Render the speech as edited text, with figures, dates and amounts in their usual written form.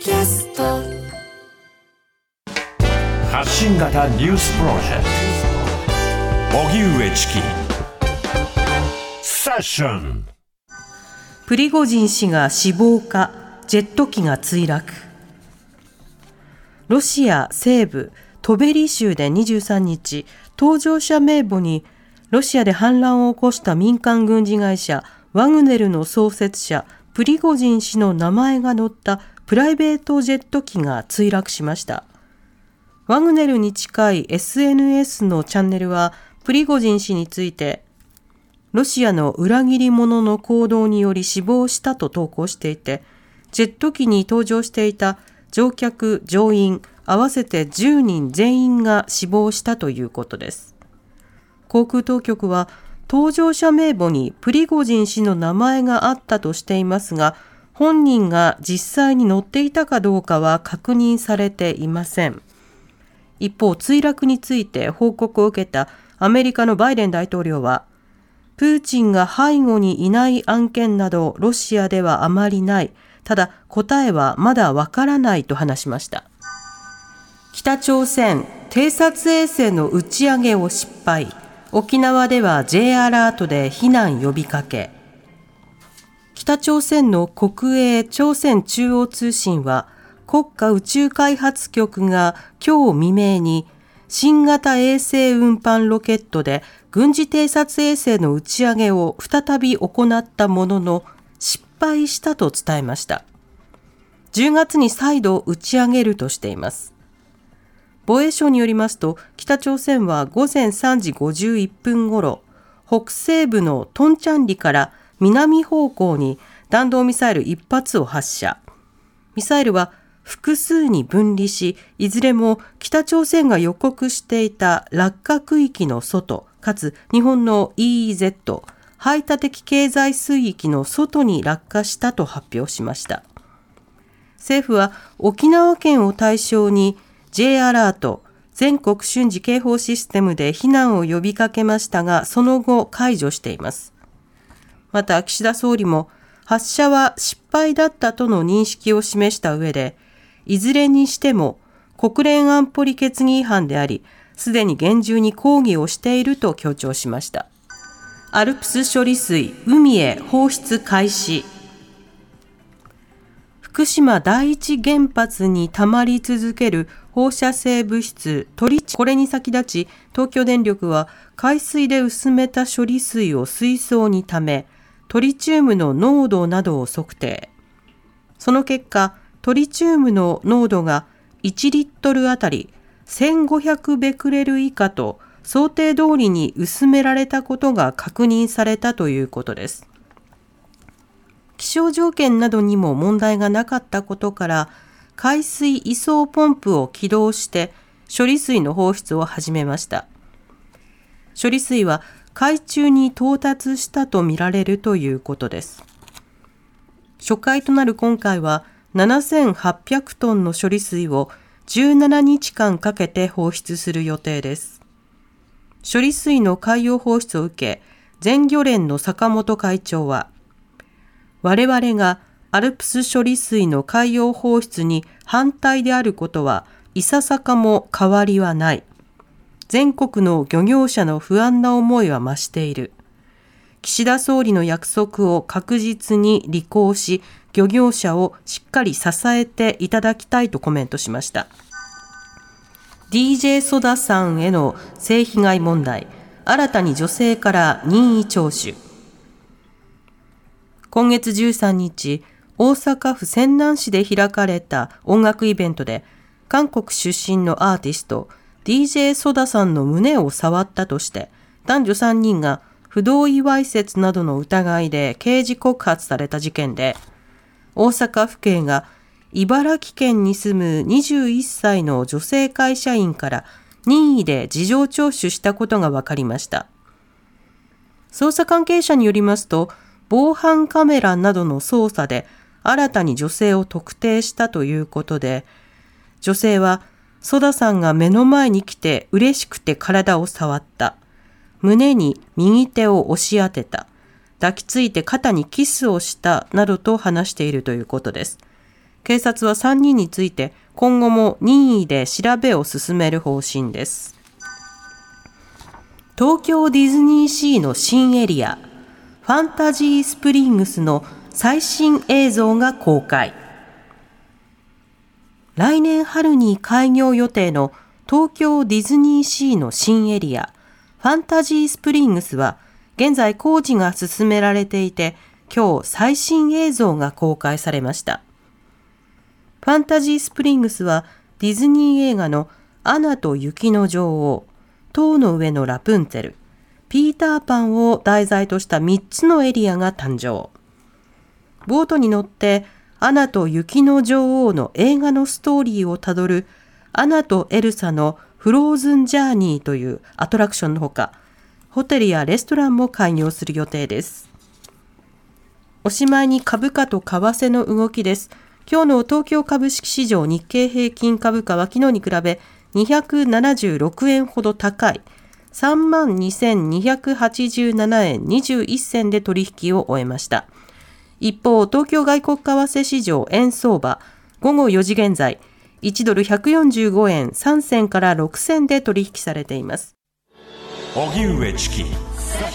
キャスト発信型ニュースプロジェクト荻上チキセッション。 プリゴジン氏が死亡か、ジェット機が墜落。ロシア西部トベリ州で23日、搭乗者名簿にロシアで反乱を起こした民間軍事会社ワグネルの創設者プリゴジン氏の名前が載ったプライベートジェット機が墜落しました。ワグネルに近い SNS のチャンネルはプリゴジン氏について、ロシアの裏切り者の行動により死亡したと投稿していて、ジェット機に搭乗していた乗客・乗員合わせて10人全員が死亡したということです。航空当局は搭乗者名簿にプリゴジン氏の名前があったとしていますが、本人が実際に乗っていたかどうかは確認されていません。一方、墜落について報告を受けたアメリカのバイデン大統領は、プーチンが背後にいない案件などロシアではあまりない。ただ答えはまだわからないと話しました。北朝鮮、偵察衛星の打ち上げを失敗。沖縄では J アラートで避難呼びかけ。北朝鮮の国営朝鮮中央通信は、国家宇宙開発局が今日未明に新型衛星運搬ロケットで軍事偵察衛星の打ち上げを再び行ったものの失敗したと伝えました。10月に再度打ち上げるとしています。防衛省によりますと、北朝鮮は午前3時51分ごろ、北西部のトンチャンリから南方向に弾道ミサイル1発を発射。ミサイルは複数に分離し、いずれも北朝鮮が予告していた落下区域の外、かつ日本の EEZ、排他的経済水域の外に落下したと発表しました。政府は沖縄県を対象にJ アラート、全国瞬時警報システムで避難を呼びかけましたが、その後解除しています。また岸田総理も発射は失敗だったとの認識を示した上で、いずれにしても国連安保理決議違反であり、すでに厳重に抗議をしていると強調しました。アルプス処理水、海へ放出開始。福島第一原発に溜まり続ける放射性物質トリチウム、これに先立ち東京電力は海水で薄めた処理水を水槽に溜め、トリチウムの濃度などを測定。その結果、トリチウムの濃度が1リットルあたり1500ベクレル以下と想定通りに薄められたことが確認されたということです。気象条件などにも問題がなかったことから、海水移送ポンプを起動して処理水の放出を始めました。処理水は海中に到達したとみられるということです。初回となる今回は7800トンの処理水を17日間かけて放出する予定です。処理水の海洋放出を受け、全漁連の坂本会長は、我々がアルプス処理水の海洋放出に反対であることはいささかも変わりはない。全国の漁業者の不安な思いは増している。岸田総理の約束を確実に履行し、漁業者をしっかり支えていただきたいとコメントしました。DJ ソダさんへの性被害問題、新たに女性から任意聴取。今月13日、大阪府泉南市で開かれた音楽イベントで、韓国出身のアーティスト、DJ ソダさんの胸を触ったとして、男女3人が不同意わいせつなどの疑いで刑事告発された事件で、大阪府警が茨城県に住む21歳の女性会社員から任意で事情聴取したことが分かりました。捜査関係者によりますと、防犯カメラなどの捜査で新たに女性を特定したということで、女性はソダさんが目の前に来て嬉しくて体を触った。胸に右手を押し当てた。抱きついて肩にキスをしたなどと話しているということです。 警察は3人について今後も任意で調べを進める方針です。東京ディズニーシーの新エリア、ファンタジースプリングスの最新映像が公開。来年春に開業予定の東京ディズニーシーの新エリア、ファンタジースプリングスは現在工事が進められていて、今日最新映像が公開されました。ファンタジースプリングスはディズニー映画のアナと雪の女王、塔の上のラプンツェル、ピーターパンを題材とした3つのエリアが誕生。ボートに乗ってアナと雪の女王の映画のストーリーをたどるアナとエルサのフローズンジャーニーというアトラクションのほか、ホテルやレストランも開業する予定です。おしまいに株価と為替の動きです。今日の東京株式市場日経平均株価は昨日に比べ276円ほど高い 32,287 円21銭で取引を終えました。一方、東京外国為替市場円相場午後4時現在1ドル145円3銭から6銭で取引されています。 荻上チキ